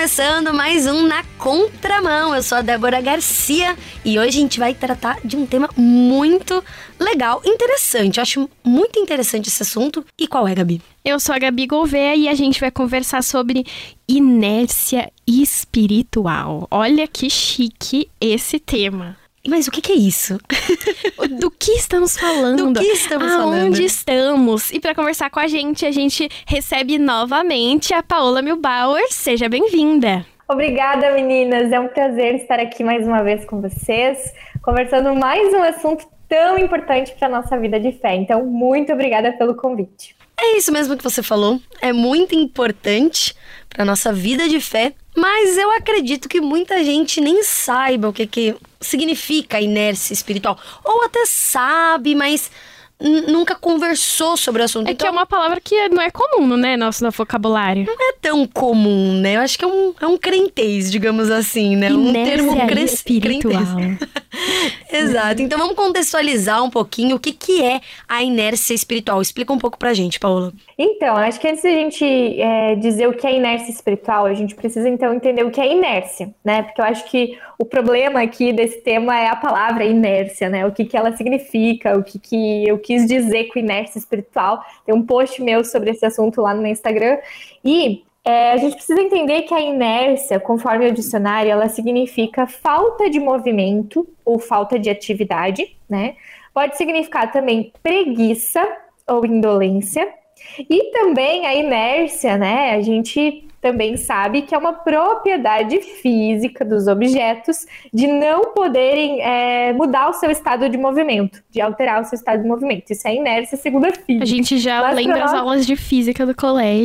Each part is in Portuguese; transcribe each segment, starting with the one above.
começando mais um Na Contramão. Eu sou a Débora Garcia e hoje a gente vai tratar de um tema muito legal, interessante. Eu acho muito interessante esse assunto. E qual é, Gabi? Eu sou a Gabi Gouveia e a gente vai conversar sobre inércia espiritual. Olha que chique esse tema. Mas o que é isso? Do que estamos falando? Do que estamos falando? Aonde estamos? E para conversar com a gente recebe novamente a Paola Milbauer. Seja bem-vinda. Obrigada, meninas. É um prazer estar aqui mais uma vez com vocês, conversando mais um assunto tão importante para a nossa vida de fé. Então, muito obrigada pelo convite. É isso mesmo que você falou. É muito importante para nossa vida de fé, mas eu acredito que muita gente nem saiba o que significa a inércia espiritual. Ou até sabe, mas nunca conversou sobre o assunto. É então, que é uma palavra que não é comum, né, nosso vocabulário. Não é tão comum, né? Eu acho que é um crentez, digamos assim, né? Inércia um termo espiritual. Exato. Então vamos contextualizar um pouquinho o que é a inércia espiritual. Explica um pouco pra gente, Paola. Então, acho que antes da gente dizer o que é inércia espiritual, a gente precisa então entender o que é inércia, né? Porque eu acho que o problema aqui desse tema é a palavra inércia, né? O que ela significa, o que eu quis dizer com inércia espiritual. Tem um post meu sobre esse assunto lá no meu Instagram. E a gente precisa entender que a inércia, conforme o dicionário, ela significa falta de movimento ou falta de atividade, né? Pode significar também preguiça ou indolência. E também a inércia, né? A gente também sabe que é uma propriedade física dos objetos de não poderem mudar o seu estado de movimento, de alterar o seu estado de movimento. Isso é inércia segundo a física. A gente já lembra as aulas de física do colégio.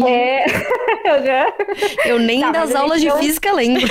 Eu nem das aulas de física lembro.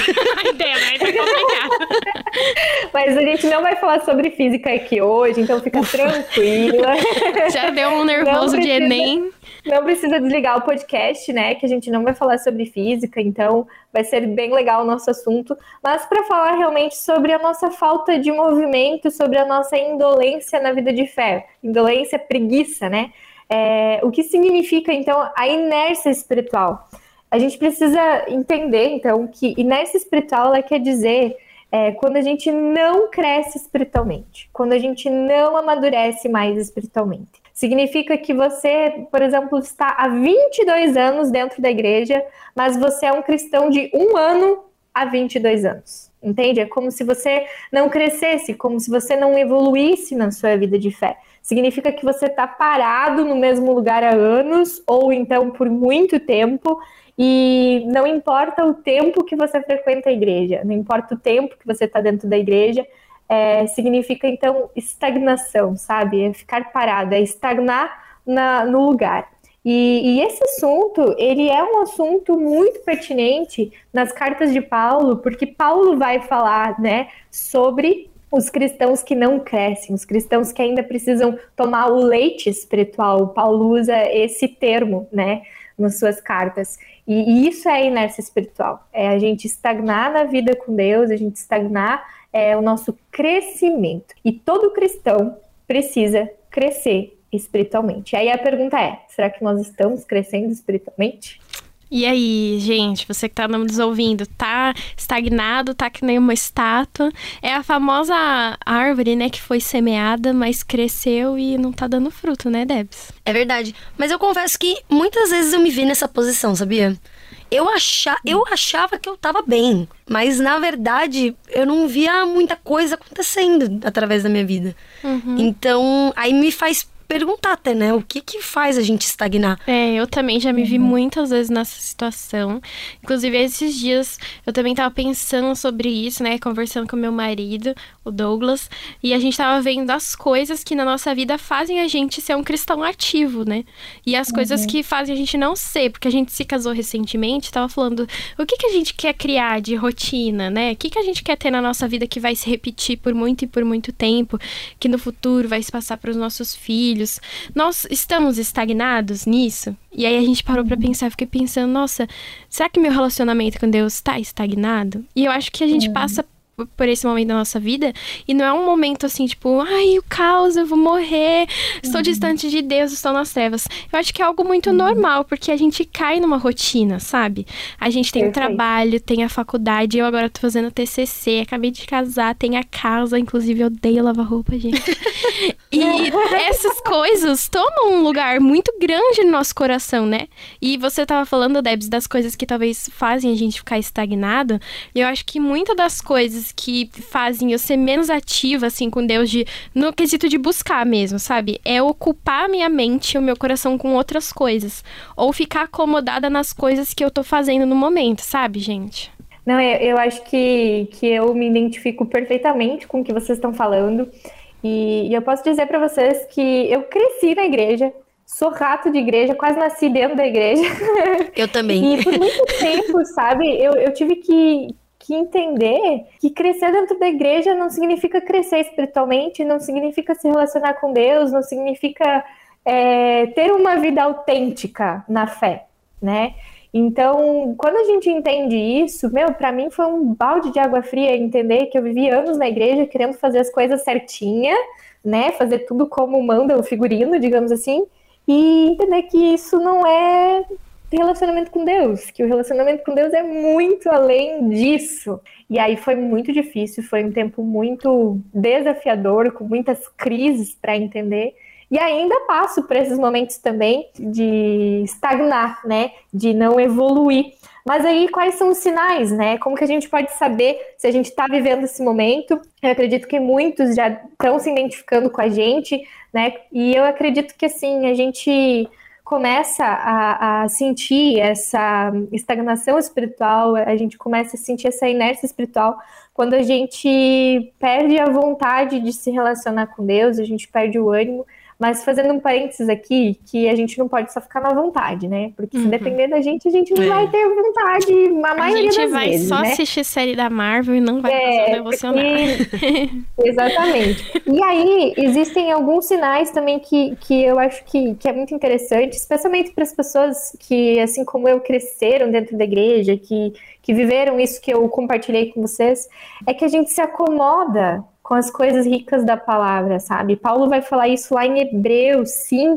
Mas a gente não vai falar sobre física aqui hoje, então fica tranquila. Já deu um nervoso de Enem. Não precisa desligar o podcast, né? Que a gente não vai falar sobre física, então vai ser bem legal o nosso assunto. Mas para falar realmente sobre a nossa falta de movimento, sobre a nossa indolência na vida de fé. Indolência, preguiça, né? O que significa, então, a inércia espiritual? A gente precisa entender, então, que inércia espiritual, ela quer dizer quando a gente não cresce espiritualmente, quando a gente não amadurece mais espiritualmente. Significa que você, por exemplo, está há 22 anos dentro da igreja, mas você é um cristão de 1 ano há 22 anos. Entende? É como se você não crescesse, como se você não evoluísse na sua vida de fé. Significa que você está parado no mesmo lugar há anos, ou então por muito tempo, e não importa o tempo que você frequenta a igreja, não importa o tempo que você está dentro da igreja, significa, então, estagnação, sabe? É ficar parado, é estagnar no lugar. E esse assunto, ele é um assunto muito pertinente nas cartas de Paulo, porque Paulo vai falar, né, sobre os cristãos que não crescem, os cristãos que ainda precisam tomar o leite espiritual. Paulo usa esse termo, né, nas suas cartas. E isso é inércia espiritual. É a gente estagnar na vida com Deus, a gente estagnar o nosso crescimento. E todo cristão precisa crescer espiritualmente. E aí a pergunta será que nós estamos crescendo espiritualmente? E aí, gente, você que tá nos ouvindo, tá estagnado, tá que nem uma estátua? É a famosa árvore, né, que foi semeada, mas cresceu e não tá dando fruto, né, Debs? É verdade. Mas eu confesso que muitas vezes eu me vi nessa posição, sabia? Eu achava que eu tava bem, mas na verdade eu não via muita coisa acontecendo através da minha vida. Então, aí me faz perguntar até, né? O que faz a gente estagnar? Eu também já me vi muitas vezes nessa situação. Inclusive, esses dias eu também tava pensando sobre isso, né? Conversando com meu marido, o Douglas. E a gente tava vendo as coisas que na nossa vida fazem a gente ser um cristão ativo, né? E as coisas que fazem a gente não ser. Porque a gente se casou recentemente, tava falando o que a gente quer criar de rotina, né? O que a gente quer ter na nossa vida que vai se repetir por muito e por muito tempo. Que no futuro vai se passar para os nossos filhos. Nós estamos estagnados nisso? E aí a gente parou pra pensar, eu fiquei pensando, nossa, será que meu relacionamento com Deus tá estagnado? E eu acho que a gente passa por esse momento da nossa vida, e não é um momento assim, tipo, ai, o caos, eu vou morrer, estou distante de Deus, estou nas trevas. Eu acho que é algo muito normal, porque a gente cai numa rotina, sabe? A gente tem o trabalho, tem a faculdade, eu agora tô fazendo TCC, acabei de casar, tem a casa, inclusive eu odeio lavar roupa, gente. E essas coisas tomam um lugar muito grande no nosso coração, né? E você tava falando, Debs, das coisas que talvez fazem a gente ficar estagnado, e eu acho que muitas das coisas que fazem eu ser menos ativa, assim, com Deus, no quesito de buscar mesmo, sabe? É ocupar a minha mente e o meu coração com outras coisas. Ou ficar acomodada nas coisas que eu tô fazendo no momento, sabe, gente? Não, eu acho que eu me identifico perfeitamente com o que vocês estão falando. E eu posso dizer para vocês que eu cresci na igreja, sou rato de igreja, quase nasci dentro da igreja. Eu também. E por muito tempo, sabe, eu tive que entender que crescer dentro da igreja não significa crescer espiritualmente, não significa se relacionar com Deus, não significa ter uma vida autêntica na fé, né? Então, quando a gente entende isso, para mim foi um balde de água fria entender que eu vivi anos na igreja querendo fazer as coisas certinha, né? Fazer tudo como manda o figurino, digamos assim, e entender que isso não é relacionamento com Deus, que o relacionamento com Deus é muito além disso. E aí foi muito difícil, foi um tempo muito desafiador, com muitas crises para entender. E ainda passo por esses momentos também de estagnar, né? De não evoluir. Mas aí, quais são os sinais, né? Como que a gente pode saber se a gente está vivendo esse momento? Eu acredito que muitos já estão se identificando com a gente, né? E eu acredito que, assim, a gente começa a sentir essa estagnação espiritual, a gente começa a sentir essa inércia espiritual quando a gente perde a vontade de se relacionar com Deus, a gente perde o ânimo. Mas fazendo um parênteses aqui, que a gente não pode só ficar na vontade, né? Porque se depender da gente, a gente não vai ter vontade a maioria das vezes, né? A gente vai só assistir série da Marvel e não vai fazer o devocionário. Exatamente. E aí, existem alguns sinais também que eu acho que é muito interessante, especialmente para as pessoas que, assim como eu, cresceram dentro da igreja, que viveram isso que eu compartilhei com vocês, é que a gente se acomoda com as coisas ricas da palavra, sabe? Paulo vai falar isso lá em Hebreus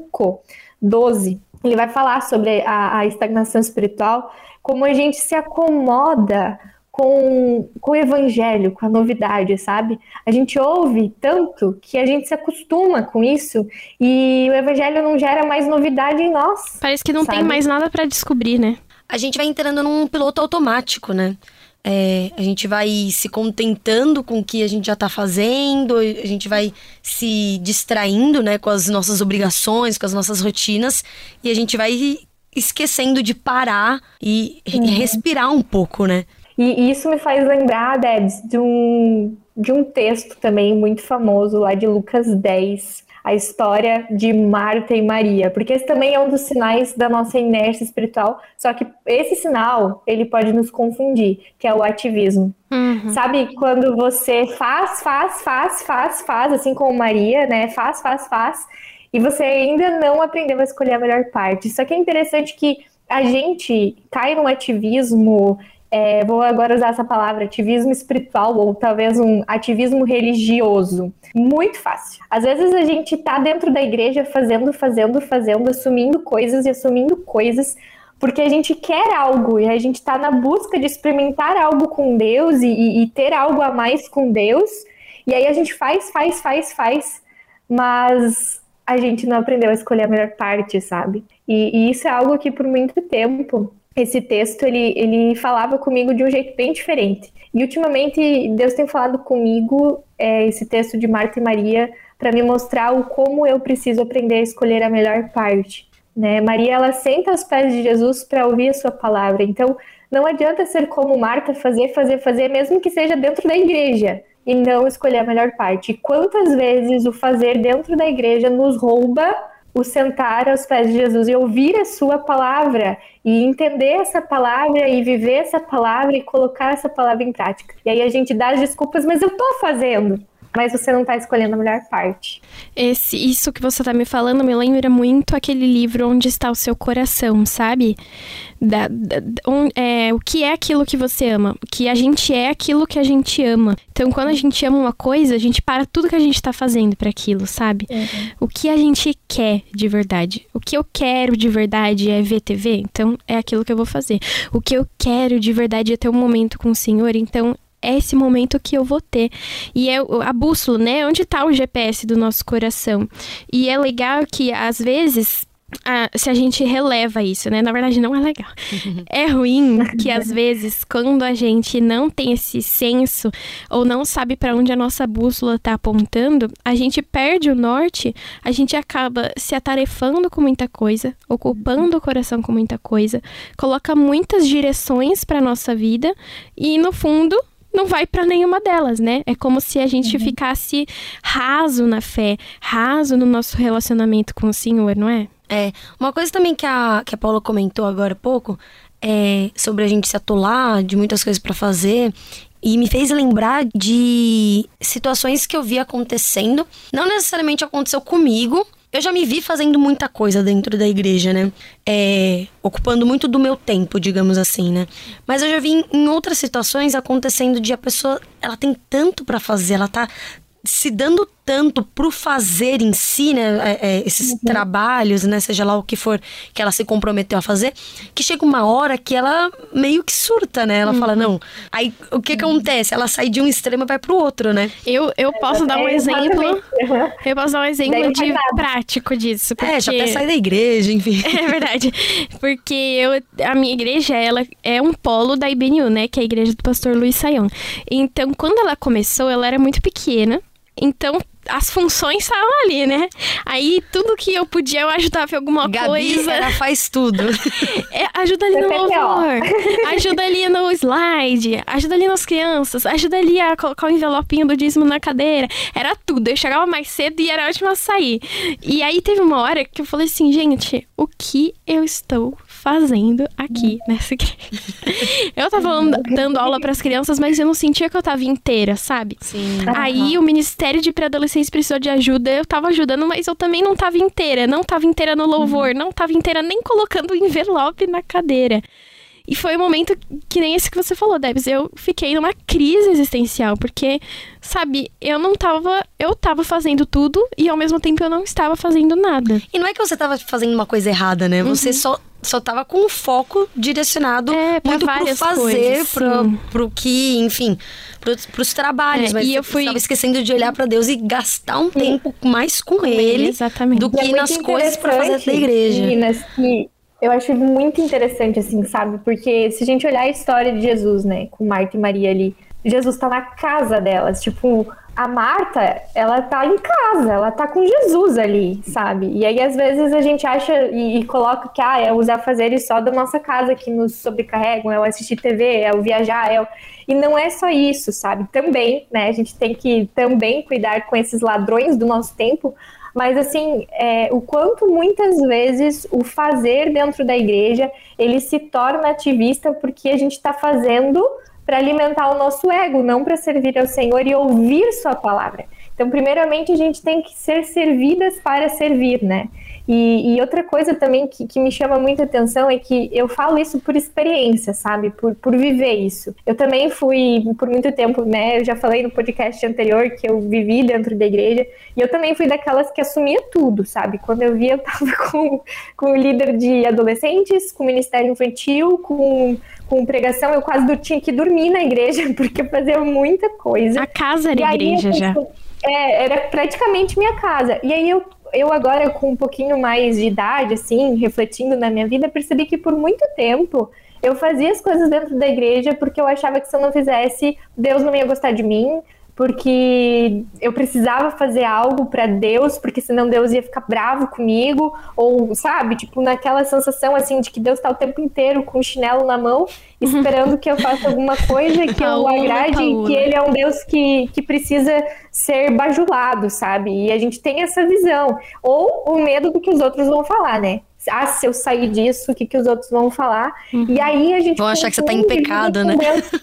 5:12. Ele vai falar sobre a estagnação espiritual, como a gente se acomoda com o evangelho, com a novidade, sabe? A gente ouve tanto que a gente se acostuma com isso e o evangelho não gera mais novidade em nós. Parece que não tem mais nada para descobrir, né? A gente vai entrando num piloto automático, né? A gente vai se contentando com o que a gente já tá fazendo, a gente vai se distraindo, né, com as nossas obrigações, com as nossas rotinas, e a gente vai esquecendo de parar e respirar um pouco, né? E isso me faz lembrar, Debs, de um texto também muito famoso lá de Lucas 10, a história de Marta e Maria, porque esse também é um dos sinais da nossa inércia espiritual, só que esse sinal, ele pode nos confundir, que é o ativismo. Sabe, quando você faz, assim como Maria, né, faz, e você ainda não aprendeu a escolher a melhor parte. Só que é interessante que a gente cai num ativismo, vou agora usar essa palavra, ativismo espiritual, ou talvez um ativismo religioso. Muito fácil. Às vezes a gente tá dentro da igreja fazendo, assumindo coisas, porque a gente quer algo, e a gente tá na busca de experimentar algo com Deus, e ter algo a mais com Deus, e aí a gente faz, mas a gente não aprendeu a escolher a melhor parte, sabe? E isso é algo que por muito tempo, esse texto, ele falava comigo de um jeito bem diferente. E ultimamente, Deus tem falado comigo, esse texto de Marta e Maria, para me mostrar como eu preciso aprender a escolher a melhor parte. Né? Maria, ela senta aos pés de Jesus para ouvir a sua palavra. Então, não adianta ser como Marta, fazer, mesmo que seja dentro da igreja, e não escolher a melhor parte. E quantas vezes o fazer dentro da igreja nos rouba o sentar aos pés de Jesus e ouvir a sua palavra e entender essa palavra e viver essa palavra e colocar essa palavra em prática. E aí a gente dá as desculpas, mas eu tô fazendo. mas você não tá escolhendo a melhor parte. Isso que você tá me falando me lembra muito aquele livro Onde Está o Seu Coração, sabe? O que é aquilo que você ama? Que a gente é aquilo que a gente ama. Então, quando a gente ama uma coisa, a gente para tudo que a gente tá fazendo pra aquilo, sabe? O que a gente quer de verdade. O que eu quero de verdade é ver TV, então é aquilo que eu vou fazer. O que eu quero de verdade é ter um momento com o Senhor, então é esse momento que eu vou ter. E é a bússola, né? Onde tá o GPS do nosso coração. E é legal que, às vezes, se a gente releva isso, né? Na verdade, não é legal. É ruim que, às vezes, quando a gente não tem esse senso ou não sabe para onde a nossa bússola tá apontando, a gente perde o norte, a gente acaba se atarefando com muita coisa, ocupando o coração com muita coisa, coloca muitas direções para nossa vida e, no fundo, não vai para nenhuma delas, né? É como se a gente ficasse raso na fé, raso no nosso relacionamento com o Senhor, não é? Uma coisa também que a Paula comentou agora há pouco, sobre a gente se atolar de muitas coisas pra fazer, e me fez lembrar de situações que eu vi acontecendo. Não necessariamente aconteceu comigo, eu já me vi fazendo muita coisa dentro da igreja, né? Ocupando muito do meu tempo, digamos assim, né? Mas eu já vi em outras situações acontecendo de a pessoa, ela tem tanto pra fazer, ela tá se dando tanto pro fazer em si, né, esses trabalhos, né, seja lá o que for que ela se comprometeu a fazer, que chega uma hora que ela meio que surta, né, ela fala, não, aí o que acontece? Ela sai de um extremo e vai pro outro, né? Eu posso dar um exemplo, de prático disso, porque... já até sai da igreja, enfim. É verdade, porque a minha igreja, ela é um polo da IBNU, né, que é a igreja do pastor Luiz Saião. Então, quando ela começou, ela era muito pequena, então as funções estavam ali, né? Aí tudo que eu podia, eu ajudava em alguma coisa. Ela faz tudo. Ajuda ali no louvor, ajuda ali no slide, ajuda ali nas crianças, ajuda ali a colocar o envelopinho do dízimo na cadeira. Era tudo. Eu chegava mais cedo e era a última a sair. E aí teve uma hora que eu falei assim, gente, o que eu estou fazendo aqui nessa igreja? Eu tava dando aula pras crianças, mas eu não sentia que eu tava inteira, sabe? Sim. Aí o Ministério de Pré-Adolescência precisou de ajuda, eu tava ajudando, mas eu também não tava inteira no louvor, não tava inteira nem colocando o envelope na cadeira. E foi um momento que nem esse que você falou, Debs, eu fiquei numa crise existencial, porque, sabe, eu tava fazendo tudo e ao mesmo tempo eu não estava fazendo nada. E não é que você tava fazendo uma coisa errada, né? Você só tava com o foco direcionado muito pro fazer, pro que, enfim, pros trabalhos. Mas você tava esquecendo de olhar pra Deus e gastar um tempo mais com ele exatamente, do que nas coisas pra fazer da igreja. Meninas, que eu acho muito interessante, assim, sabe? Porque se a gente olhar a história de Jesus, né, com Marta e Maria ali, Jesus tá na casa delas, tipo, a Marta, ela tá em casa, ela tá com Jesus ali, sabe? E aí, às vezes, a gente acha e coloca que, é os afazeres só da nossa casa que nos sobrecarregam, é o assistir TV, é o viajar, E não é só isso, sabe? Também, né, a gente tem que também cuidar com esses ladrões do nosso tempo, mas, assim, o quanto muitas vezes o fazer dentro da igreja, ele se torna ativista porque a gente está fazendo para alimentar o nosso ego, não para servir ao Senhor e ouvir sua palavra. Então, primeiramente, a gente tem que ser servidas para servir, né? E outra coisa também que me chama muita atenção é que eu falo isso por experiência, sabe? Por viver isso. Eu também fui, por muito tempo, né? Eu já falei no podcast anterior que eu vivi dentro da igreja. E eu também fui daquelas que assumia tudo, sabe? Quando eu via, eu tava com o líder de adolescentes, com o ministério infantil, com pregação. Eu quase tinha que dormir na igreja, porque eu fazia muita coisa. A casa era igreja já. Era praticamente minha casa. E aí eu agora, com um pouquinho mais de idade, assim, refletindo na minha vida, percebi que por muito tempo eu fazia as coisas dentro da igreja porque eu achava que se eu não fizesse, Deus não ia gostar de mim, porque eu precisava fazer algo para Deus, porque senão Deus ia ficar bravo comigo, ou, sabe, tipo, naquela sensação, assim, de que Deus tá o tempo inteiro com o chinelo na mão, esperando que eu faça alguma coisa, que eu agrade, que Ele é um Deus que precisa ser bajulado, sabe? E a gente tem essa visão. Ou o medo do que os outros vão falar, né? Se eu sair disso, o que os outros vão falar? E aí a gente... Vão achar que você tá em pecado, né?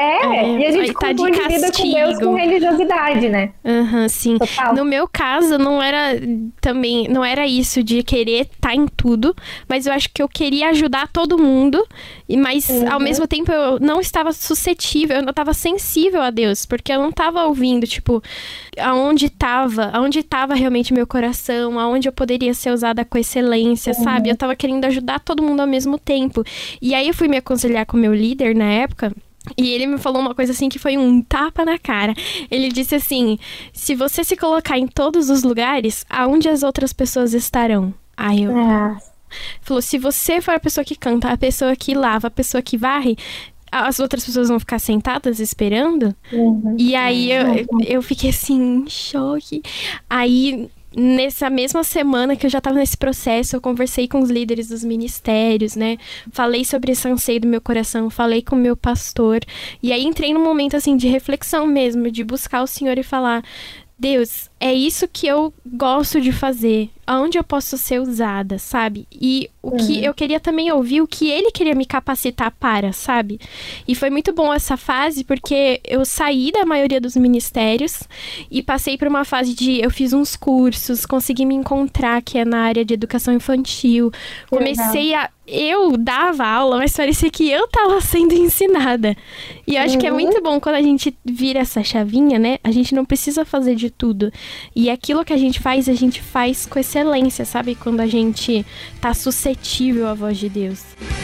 E a gente tá de confunde vida com Deus castigo. com religiosidade, né? Sim. Total. No meu caso, não era isso de querer estar em tudo, mas eu acho que eu queria ajudar todo mundo, mas ao mesmo tempo eu não estava suscetível, eu não estava sensível a Deus, porque eu não estava ouvindo, tipo, aonde estava realmente meu coração, aonde eu poderia ser usada com excelência, sabe? Eu estava querendo ajudar todo mundo ao mesmo tempo. E aí eu fui me aconselhar com o meu líder na época, e ele me falou uma coisa assim que foi um tapa na cara. Ele disse assim: se você se colocar em todos os lugares, aonde as outras pessoas estarão? Aí eu... Falou, se você for a pessoa que canta, a pessoa que lava, a pessoa que varre, as outras pessoas vão ficar sentadas esperando? E aí eu fiquei assim, em choque. Aí... Nessa mesma semana que eu já estava nesse processo, eu conversei com os líderes dos ministérios, né? Falei sobre esse anseio do meu coração, falei com o meu pastor. E aí entrei num momento, assim, de reflexão mesmo, de buscar o Senhor e falar: Deus, é isso que eu gosto de fazer. Aonde eu posso ser usada, sabe? E o que eu queria também ouvir, o que ele queria me capacitar para, sabe? E foi muito bom essa fase, porque eu saí da maioria dos ministérios e passei por uma fase de... Eu fiz uns cursos, consegui me encontrar, que é na área de educação infantil. Comecei a... Eu dava aula, mas parecia que eu tava sendo ensinada. E eu acho que é muito bom quando a gente vira essa chavinha, né? A gente não precisa fazer de tudo. E aquilo que a gente faz com excelência, sabe? Quando a gente tá suscetível à voz de Deus.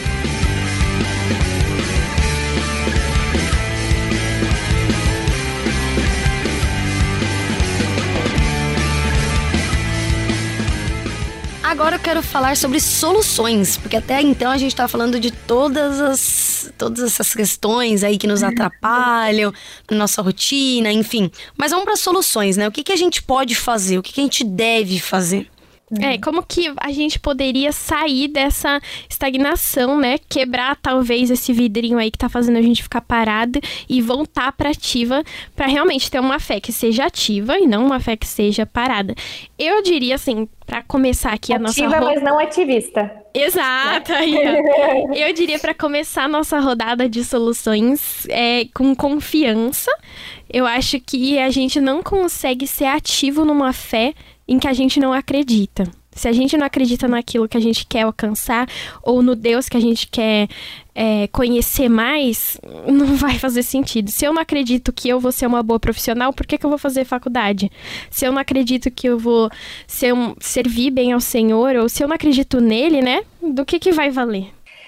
Agora eu quero falar sobre soluções, porque até então a gente tá falando de todas essas questões aí que nos atrapalham, nossa rotina, enfim. Mas vamos para soluções, né? O que a gente pode fazer? O que a gente deve fazer? Como que a gente poderia sair dessa estagnação, né? Quebrar, talvez, esse vidrinho aí que tá fazendo a gente ficar parada e voltar pra ativa, pra realmente ter uma fé que seja ativa e não uma fé que seja parada. Eu diria, assim, pra começar aqui ativa, a nossa... Ativa, mas não ativista. Exato! Eu diria pra começar a nossa rodada de soluções com confiança. Eu acho que a gente não consegue ser ativo numa fé em que a gente não acredita. Se a gente não acredita naquilo que a gente quer alcançar, ou no Deus que a gente quer conhecer mais, não vai fazer sentido. Se eu não acredito que eu vou ser uma boa profissional, por que eu vou fazer faculdade? Se eu não acredito que eu vou servir bem ao Senhor, ou se eu não acredito nele, né? Do que vai valer?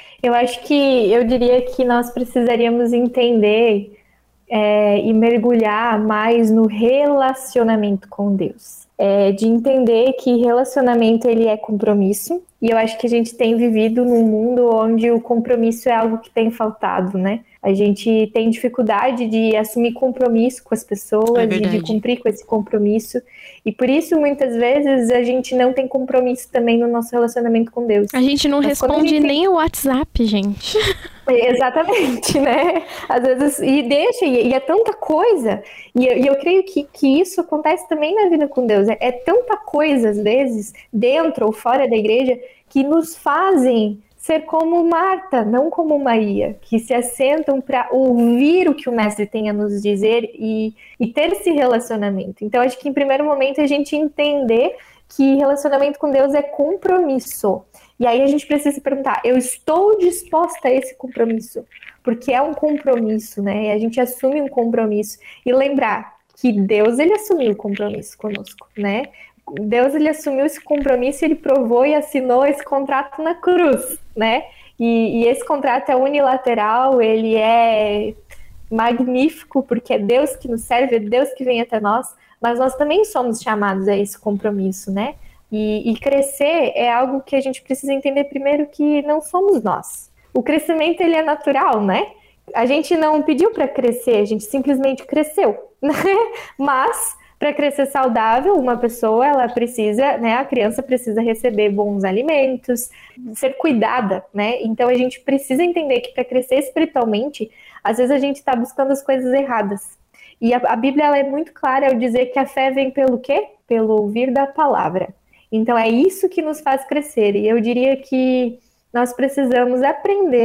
Eu diria que nós precisaríamos entender e mergulhar mais no relacionamento com Deus. De entender que relacionamento ele é compromisso, e eu acho que a gente tem vivido num mundo onde o compromisso é algo que tem faltado, né? A gente tem dificuldade de assumir compromisso com as pessoas e de cumprir com esse compromisso, e por isso muitas vezes a gente não tem compromisso também no nosso relacionamento com Deus. A gente não responde nem o WhatsApp, gente. Exatamente, né? Às vezes, e é tanta coisa, e eu creio que isso acontece também na vida com Deus, é tanta coisa, às vezes, dentro ou fora da igreja, que nos fazem ser como Marta, não como Maria, que se assentam para ouvir o que o mestre tem a nos dizer e ter esse relacionamento. Então, acho que em primeiro momento a gente entender que relacionamento com Deus é compromisso. E aí a gente precisa se perguntar, eu estou disposta a esse compromisso? Porque é um compromisso, né? E a gente assume um compromisso. E lembrar que Deus, ele assumiu o compromisso conosco, né? Deus, ele assumiu esse compromisso, ele provou e assinou esse contrato na cruz, né? E esse contrato é unilateral, ele é magnífico, porque é Deus que nos serve, é Deus que vem até nós, mas nós também somos chamados a esse compromisso, né? E crescer é algo que a gente precisa entender primeiro que não somos nós. O crescimento, ele é natural, né? A gente não pediu para crescer, a gente simplesmente cresceu, né? Mas, para crescer saudável, uma pessoa, ela precisa, né? A criança precisa receber bons alimentos, ser cuidada, né? Então, a gente precisa entender que para crescer espiritualmente, às vezes a gente está buscando as coisas erradas. E a Bíblia, ela é muito clara ao dizer que a fé vem pelo quê? Pelo ouvir da palavra. Então, é isso que nos faz crescer. E eu diria que nós precisamos aprender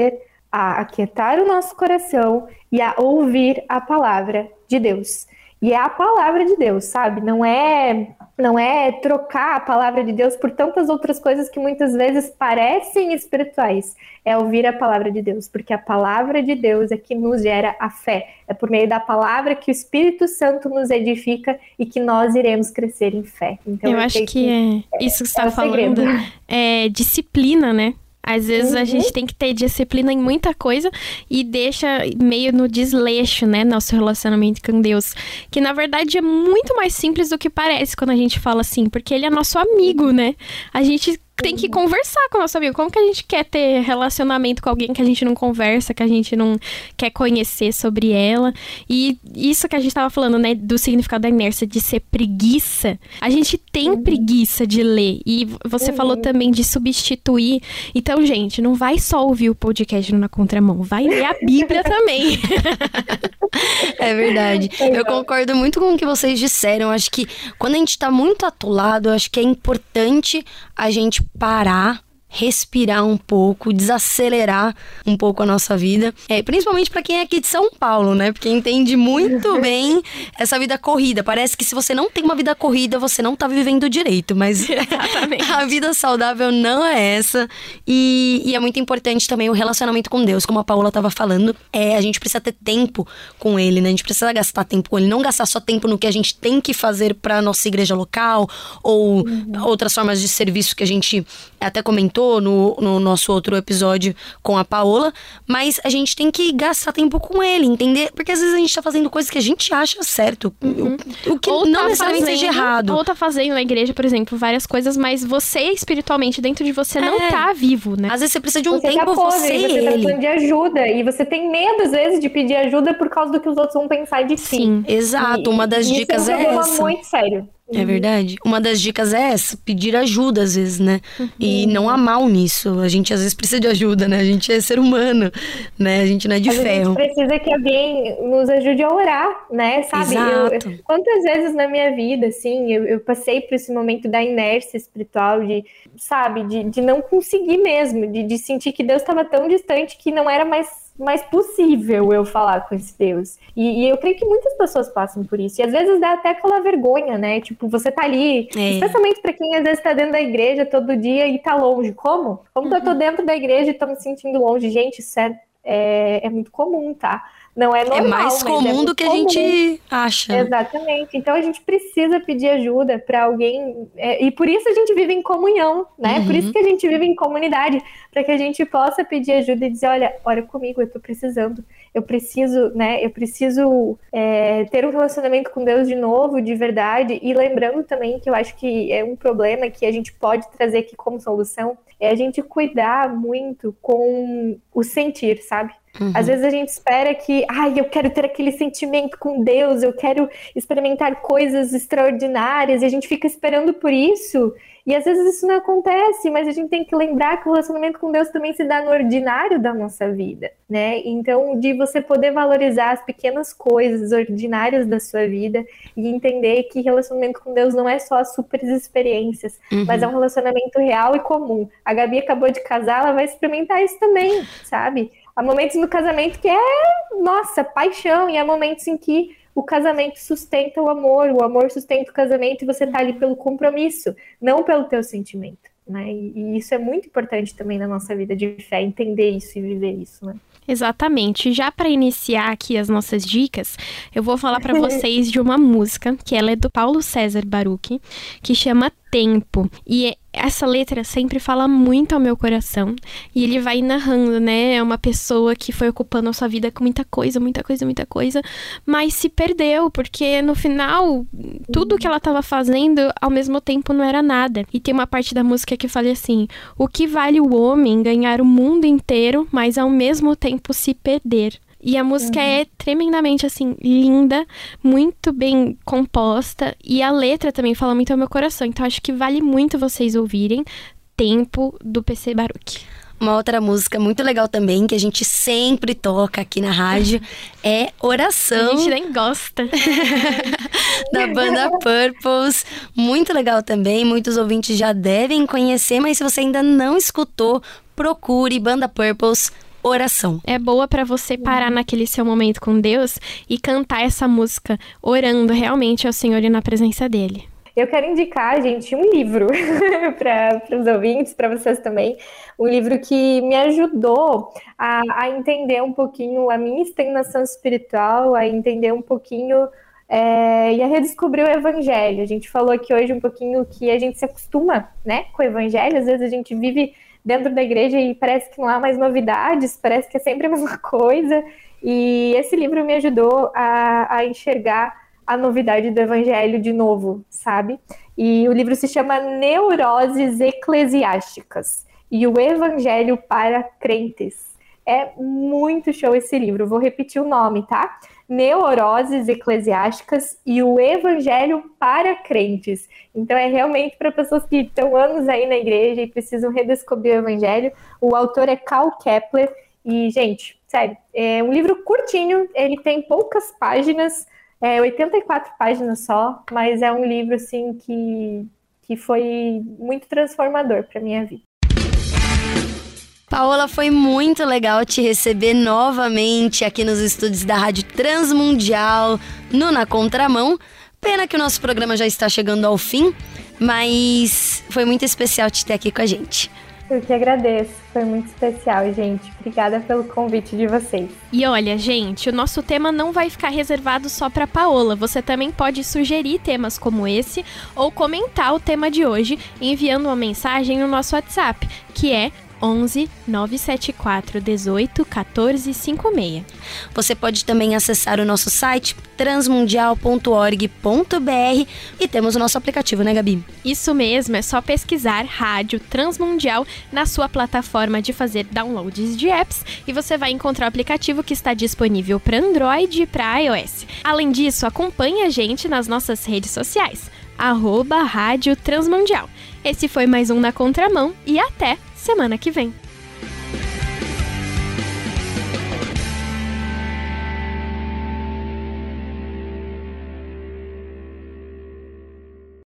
a aquietar o nosso coração e a ouvir a palavra de Deus. E é a palavra de Deus, sabe? Não é trocar a palavra de Deus por tantas outras coisas que muitas vezes parecem espirituais. É ouvir a palavra de Deus, porque a palavra de Deus é que nos gera a fé. É por meio da palavra que o Espírito Santo nos edifica e que nós iremos crescer em fé. Então, eu acho que isso que você está falando é disciplina, né? Às vezes a gente tem que ter disciplina em muita coisa e deixa meio no desleixo, né, nosso relacionamento com Deus. Que na verdade é muito mais simples do que parece quando a gente fala assim, porque ele é nosso amigo, né? A gente tem que conversar com o nosso amigo. Como que a gente quer ter relacionamento com alguém que a gente não conversa, que a gente não quer conhecer sobre ela? E isso que a gente tava falando, né, do significado da inércia, de ser preguiça. A gente tem preguiça de ler. E você falou também de substituir. Então, gente, não vai só ouvir o podcast Na Contramão, vai ler a Bíblia também. É verdade. Eu concordo muito com o que vocês disseram. Acho que quando a gente tá muito atolado, acho que é importante a gente parar, respirar um pouco, desacelerar um pouco a nossa vida. Principalmente para quem é aqui de São Paulo, né? Porque entende muito bem essa vida corrida. Parece que se você não tem uma vida corrida, você não tá vivendo direito. Mas a vida saudável não é essa. E é muito importante também o relacionamento com Deus. Como a Paola tava falando, a gente precisa ter tempo com Ele, né? A gente precisa gastar tempo com Ele. Não gastar só tempo no que a gente tem que fazer pra nossa igreja local ou outras formas de serviço que a gente até comentou no nosso outro episódio com a Paola, mas a gente tem que gastar tempo com ele, entender? Porque às vezes a gente tá fazendo coisas que a gente acha certo, o que ou não tá necessariamente seja errado. Ou tá fazendo na igreja, por exemplo, várias coisas, mas você espiritualmente, dentro de você, não tá vivo, né? Às vezes você precisa de um você tempo, tá pobre, você e tá ele. precisando de ajuda, e você tem medo, às vezes, de pedir ajuda por causa do que os outros vão pensar de ti. Sim, exato. Uma das dicas é um problema essa. muito sério. É verdade. Uma das dicas é essa, pedir ajuda às vezes, né? E não há mal nisso. A gente às vezes precisa de ajuda, né? A gente é ser humano, né? A gente não é de ferro. A gente precisa que alguém nos ajude a orar, né? Sabe? Exato. Quantas vezes na minha vida, assim, eu passei por esse momento da inércia espiritual, de não conseguir mesmo, de sentir que Deus estava tão distante que não era mais possível eu falar com esse Deus. E eu creio que muitas pessoas passam por isso. E às vezes dá até aquela vergonha, né? Tipo, você tá ali, especialmente pra quem às vezes tá dentro da igreja todo dia e tá longe. Como? Como que eu tô dentro da igreja e tô me sentindo longe? Gente, isso é muito comum, tá? Não é normal. É mais comum do que a gente acha. Exatamente. Então a gente precisa pedir ajuda para alguém. E por isso a gente vive em comunhão, né? Por isso que a gente vive em comunidade. Para que a gente possa pedir ajuda e dizer, olha, ora comigo, eu tô precisando. Eu preciso, né? Eu preciso ter um relacionamento com Deus de novo, de verdade. E lembrando também que eu acho que é um problema que a gente pode trazer aqui como solução, é a gente cuidar muito com o sentir, sabe? Às vezes a gente espera que, eu quero ter aquele sentimento com Deus, eu quero experimentar coisas extraordinárias, e a gente fica esperando por isso, e às vezes isso não acontece, mas a gente tem que lembrar que o relacionamento com Deus também se dá no ordinário da nossa vida, né? Então, de você poder valorizar as pequenas coisas ordinárias da sua vida e entender que relacionamento com Deus não é só as super experiências, mas é um relacionamento real e comum. A Gabi acabou de casar, ela vai experimentar isso também, sabe? Há momentos no casamento que paixão, e há momentos em que o casamento sustenta o amor sustenta o casamento, e você tá ali pelo compromisso, não pelo teu sentimento, né? E isso é muito importante também na nossa vida de fé, entender isso e viver isso, né? Exatamente. Já para iniciar aqui as nossas dicas, eu vou falar para vocês de uma música, que ela é do Paulo César Baruch, que chama Tempo. E essa letra sempre fala muito ao meu coração. E ele vai narrando, né? É uma pessoa que foi ocupando a sua vida com muita coisa, mas se perdeu, porque no final, tudo que ela estava fazendo, ao mesmo tempo, não era nada. E tem uma parte da música que fala assim: o que vale o homem ganhar o mundo inteiro, mas ao mesmo tempo se perder? E a música é tremendamente, assim, linda, muito bem composta. E a letra também fala muito ao meu coração. Então, acho que vale muito vocês ouvirem Tempo, do PC Baruch. Uma outra música muito legal também, que a gente sempre toca aqui na rádio, é Oração. A gente nem gosta. Da banda Purples. Muito legal também, muitos ouvintes já devem conhecer, mas se você ainda não escutou, procure Banda Purples, oração. É boa pra você parar naquele seu momento com Deus e cantar essa música, orando realmente ao Senhor e na presença dele. Eu quero indicar, gente, um livro para os ouvintes, para vocês também. Um livro que me ajudou a entender um pouquinho a minha estagnação espiritual, a entender um pouquinho e a redescobrir o Evangelho. A gente falou aqui hoje um pouquinho que a gente se acostuma, né, com o Evangelho. Às vezes a gente vive dentro da igreja e parece que não há mais novidades, parece que é sempre a mesma coisa. E esse livro me ajudou a enxergar a novidade do Evangelho de novo, sabe? E o livro se chama Neuroses Eclesiásticas e o Evangelho para Crentes. É muito show esse livro, vou repetir o nome, tá? Neuroses Eclesiásticas e o Evangelho para Crentes. Então é realmente para pessoas que estão anos aí na igreja e precisam redescobrir o Evangelho. O autor é Karl Kepler e, gente, sério, é um livro curtinho, ele tem poucas páginas, 84 páginas só, mas é um livro assim que foi muito transformador para minha vida. Paola, foi muito legal te receber novamente aqui nos estúdios da Rádio Transmundial, no Na Contramão. Pena que o nosso programa já está chegando ao fim, mas foi muito especial te ter aqui com a gente. Eu que agradeço, foi muito especial, gente. Obrigada pelo convite de vocês. E olha, gente, o nosso tema não vai ficar reservado só para Paola. Você também pode sugerir temas como esse ou comentar o tema de hoje enviando uma mensagem no nosso WhatsApp, que é 11 974 18 14 56. Você pode também acessar o nosso site transmundial.org.br e temos o nosso aplicativo, né, Gabi? Isso mesmo, é só pesquisar Rádio Transmundial na sua plataforma de fazer downloads de apps e você vai encontrar o aplicativo que está disponível para Android e para iOS. Além disso, acompanhe a gente nas nossas redes sociais, @Rádio Transmundial. Esse foi mais um Na Contramão e até semana que vem.